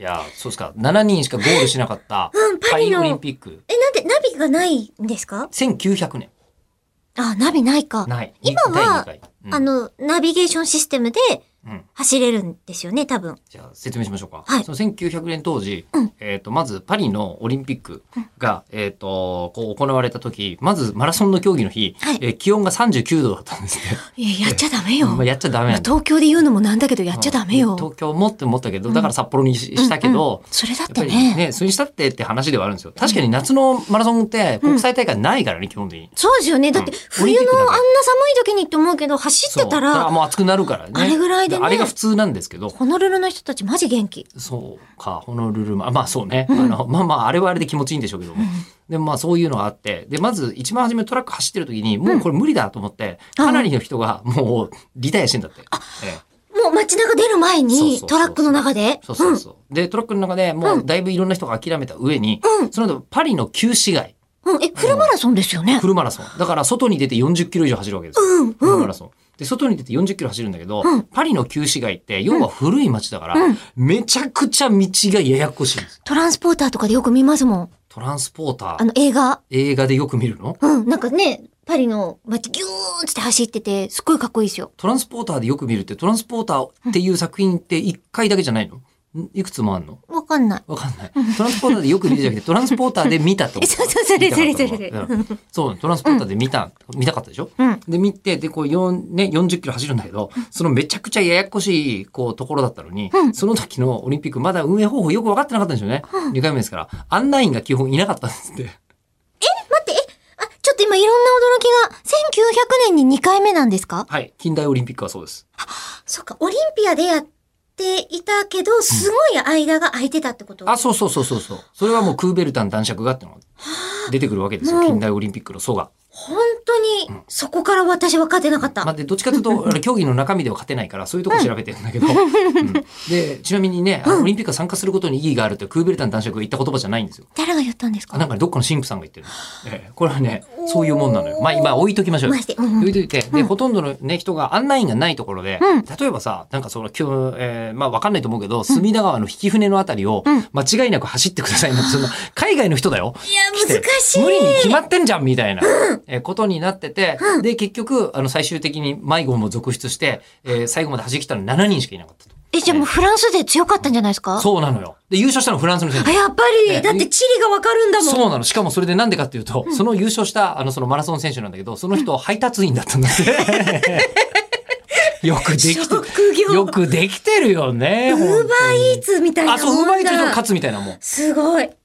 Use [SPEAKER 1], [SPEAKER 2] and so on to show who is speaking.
[SPEAKER 1] いや、そうですか。7人しかゴールしなかったパリオリンピック。
[SPEAKER 2] なんでナビがないんですか
[SPEAKER 1] 1900年。
[SPEAKER 2] あ、ナビないか。
[SPEAKER 1] ない。
[SPEAKER 2] 今は、
[SPEAKER 1] 第二回
[SPEAKER 2] ナビゲーションシステムで走れるんですよね、多分。
[SPEAKER 1] じゃあ説明しましょうか。
[SPEAKER 2] はい。
[SPEAKER 1] その1900年当時、まずパリのオリンピックが、こう行われた時、まずマラソンの競技の日、気温が39度だったんですね。
[SPEAKER 2] いや、やっちゃダメよ。
[SPEAKER 1] やっちゃダメ。
[SPEAKER 2] 東京で言うのもなんだけど、やっちゃダメよ。
[SPEAKER 1] 東京もって思ったけど、だから札幌にしたけど、
[SPEAKER 2] それだってね。
[SPEAKER 1] それにしたって話ではあるんですよ。確かに夏のマラソンって国際大会ないからね、基本的に。
[SPEAKER 2] そうですよね。だって冬のあんな寒い時にって思うけど、走ってたら、
[SPEAKER 1] もう暑くなるからね。
[SPEAKER 2] あれぐらいでね。
[SPEAKER 1] あれが普通なんですけど。
[SPEAKER 2] ホノルルの人たちマジ元気。
[SPEAKER 1] そうか、ホノルル、まあそうね。あれはあれで気持ちいいんでしょうけども。でもまあそういうのがあって、で、まず一番初めトラック走ってる時に、もうこれ無理だと思って、かなりの人がもうリタイアしてんだって。
[SPEAKER 2] もう街中出る前にトラックの中で。
[SPEAKER 1] そう。で、トラックの中でもうだいぶいろんな人が諦めた上に、その後パリの旧市街。
[SPEAKER 2] フルマラソンですよね。
[SPEAKER 1] フルマラソン。だから外に出て40キロ以上走るわけですよ。フルマラソン。で、外に出て40キロ走るんだけど、パリの旧市街って要は古い街だから、めちゃくちゃ道がややこしいんです。
[SPEAKER 2] トランスポーターとかでよく見ますもん。
[SPEAKER 1] トランスポーター。映画でよく見るの？
[SPEAKER 2] なんかね、パリの街ギューンって走ってて、すっごいかっこいいですよ。
[SPEAKER 1] トランスポーターでよく見るって、トランスポーターっていう作品って1回だけじゃないの？いくつもあんの？
[SPEAKER 2] わかんない。
[SPEAKER 1] トランスポーターでよく見るじゃなくて、トランスポーターで見たってこと。
[SPEAKER 2] それ。
[SPEAKER 1] そう、トランスポーターで見たかったでしょ？で、見て、で、こう40キロ走るんだけど、そのめちゃくちゃややこしい、ところだったのに、その時のオリンピック、まだ運営方法よく分かってなかったんですよね。2回目ですから。案内員が基本いなかったんですって。
[SPEAKER 2] 待って、ちょっと今いろんな驚きが、1900年に2回目なんですか？
[SPEAKER 1] はい。近代オリンピックはそうです。
[SPEAKER 2] そっか、オリンピアでやっていたけど、すごい間が空いてたってこと？
[SPEAKER 1] そう。それはもうクーベルタン男爵がってのが出てくるわけですよ。近代オリンピックの祖が。
[SPEAKER 2] 本当に、そこから私分かってなかった。
[SPEAKER 1] で、どっちかというと、競技の中身では勝てないから、そういうとこ調べてるんだけど。で、ちなみにね、オリンピック参加することに意義があるってクーベルタン男爵が言った言葉じゃないんですよ。
[SPEAKER 2] 誰が言ったんですか？
[SPEAKER 1] なんかどっかの神父さんが言ってる。これはね、そういうもんなのよ。今置いときましょう。置いといて、で、ほとんどのね、人が案内員がないところで、例えばさ、なんかその、わかんないと思うけど、隅田川の引き船のあたりを、間違いなく走ってください。その、海外の人だよ。
[SPEAKER 2] いや、難しい。
[SPEAKER 1] 無理に決まってんじゃんみたいな、ことになってて、で、結局、最終的に迷子も続出して、最後まで走り切ったの7人しかいなかったと。
[SPEAKER 2] じゃあもうフランスで強かったんじゃないですか？
[SPEAKER 1] そうなのよ。で、優勝したのフランスの選手。
[SPEAKER 2] やっぱり、だって地理がわかるんだもん。
[SPEAKER 1] そうなの。しかもそれでなんでかっていうと、その優勝した、そのマラソン選手なんだけど、その人、配達員だったんだって。よくできてるよね。
[SPEAKER 2] ウーバーイーツみたいな。
[SPEAKER 1] そう、ウーバーイーツの勝つみたいなもん。
[SPEAKER 2] すごい。